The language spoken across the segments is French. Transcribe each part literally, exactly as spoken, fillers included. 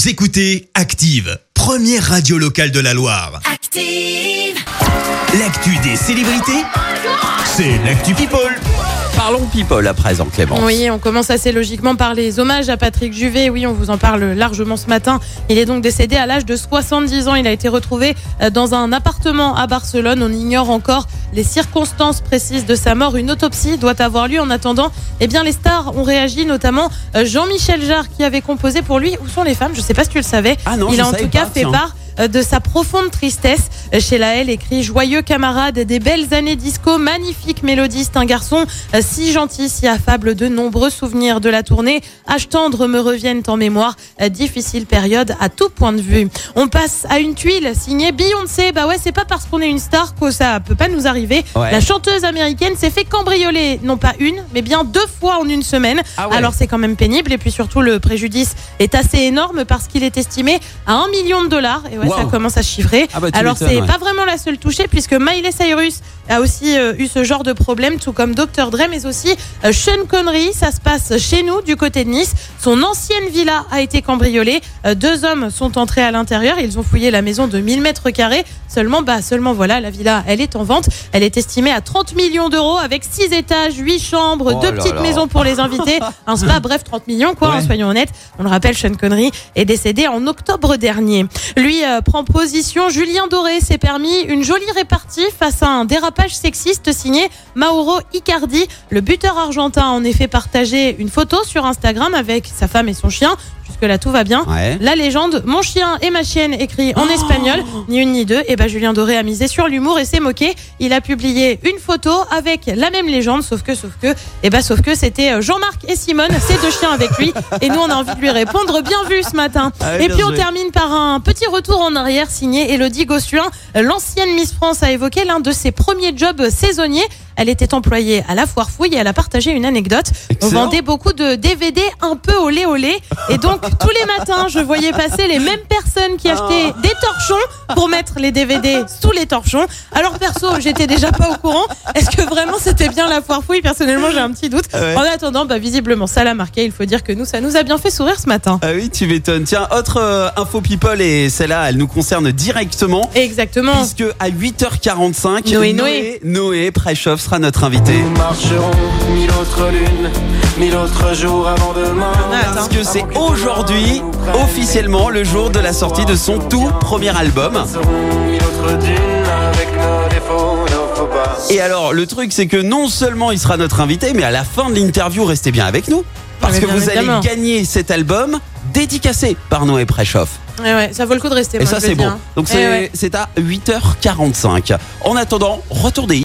Vous écoutez Active, première radio locale de la Loire. Active. L'actu des célébrités, c'est l'actu People. Parlons people à présent, Clémence. Oui, on commence assez logiquement par les hommages à Patrick Juvet. Oui, on vous en parle largement ce matin. Il est donc décédé à l'âge de soixante-dix ans. Il a été retrouvé dans un appartement à Barcelone. On ignore encore les circonstances précises de sa mort. Une autopsie doit avoir lieu. En attendant, eh bien, les stars ont réagi, notamment Jean-Michel Jarre qui avait composé pour lui Où sont les femmes ? Je ne sais pas si tu le savais. Ah non, Il je a en savais tout cas pas, fait tiens. part de sa profonde tristesse. Sheila L écrit: joyeux camarade des belles années disco, magnifique mélodiste, un garçon si gentil, si affable, de nombreux souvenirs de la tournée. Âge tendre me reviennent en mémoire, difficile période à tout point de vue. On passe à une tuile signée Beyoncé. Bah ouais, c'est pas parce qu'on est une star que ça peut pas nous arriver. Ouais. La chanteuse américaine s'est fait cambrioler, non pas une, mais bien deux fois en une semaine. Ah ouais. Alors c'est quand même pénible, et puis surtout le préjudice est assez énorme parce qu'il est estimé à un million de dollars. Et ouais, Wow. ça commence à se chiffrer. Ah bah, tu Alors m'étonnes, c'est ouais. pas vraiment la seule touchée, puisque Miley Cyrus a aussi euh, eu ce genre de problème, tout comme docteur Dre, mais aussi euh, Sean Connery. Ça se passe chez nous, du côté de Nice. Son ancienne villa a été cambriolée. Euh, deux hommes sont entrés à l'intérieur. Ils ont fouillé la maison de mille mètres carrés. Seulement, bah, seulement voilà, la villa, elle est en vente. Elle est estimée à trente millions d'euros, avec six étages, huit chambres, Oh deux là petites là. maisons pour les invités, un spa, bref, trente millions, quoi, Ouais. hein, soyons honnêtes. On le rappelle, Sean Connery est décédé en octobre dernier. Lui euh, prend position. Julien Doré s'est permis une jolie répartie face à un dérapage sexiste signé Mauro Icardi. Le buteur argentin a en effet partagé une photo sur Instagram avec sa femme et son chien. Jusque-là, tout va bien. Ouais. La légende, mon chien et ma chienne, écrit en espagnol, ni une ni deux. Et ben Julien Doré a misé sur l'humour et s'est moqué. Il a publié une photo avec la même légende, sauf que, sauf que, et ben sauf que c'était Jean-Marc et Simone, ces deux chiens avec lui. Et nous, on a envie de lui répondre, bien vu ce matin. Ah ouais, et bien puis on joué. termine par un petit retour en arrière signé Élodie Gossuin. L'ancienne Miss France a évoqué l'un de ses premiers jobs saisonniers. Elle était employée à la Foire Fouille et elle a partagé une anecdote. On Excellent. vendait beaucoup de D V D un peu olé olé. Et donc, tous les matins, je voyais passer les mêmes personnes qui achetaient des torchons pour mettre les D V D sous les torchons. Alors, perso, j'étais déjà pas au courant. Est-ce que vraiment c'était bien la Foire Fouille ? Personnellement, j'ai un petit doute. Ouais. En attendant, bah, visiblement, ça l'a marqué. Il faut dire que nous, ça nous a bien fait sourire ce matin. Ah oui, tu m'étonnes. Tiens, autre euh, info people, et celle-là, elle nous concerne directement. Exactement. Puisque à huit heures quarante-cinq, Noé, Noé, Noé Prechoff sera notre invité. Nous marcherons mille autres lunes, mille autres jours avant demain. Ah, Parce que c'est aujourd'hui, officiellement, le jour de la sortie de son tout premier album. Mille autres dunes avec nos défauts, nos faux pas. Et alors, le truc, c'est que non seulement il sera notre invité, mais à la fin de l'interview, restez bien avec nous. Parce Mais que bien vous évidemment. allez gagner cet album dédicacé par Noé Prechoff. Ouais, ouais, ça vaut le coup de rester. Et moi, ça, je c'est le dis, bon. hein. Donc, Eh c'est ouais. c'est à huit heures quarante-cinq. En attendant, retour des hits.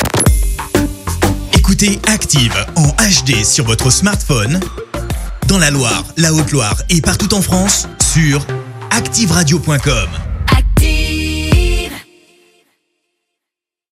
Écoutez Active en H D sur votre smartphone, dans la Loire, la Haute-Loire et partout en France, sur active radio point com.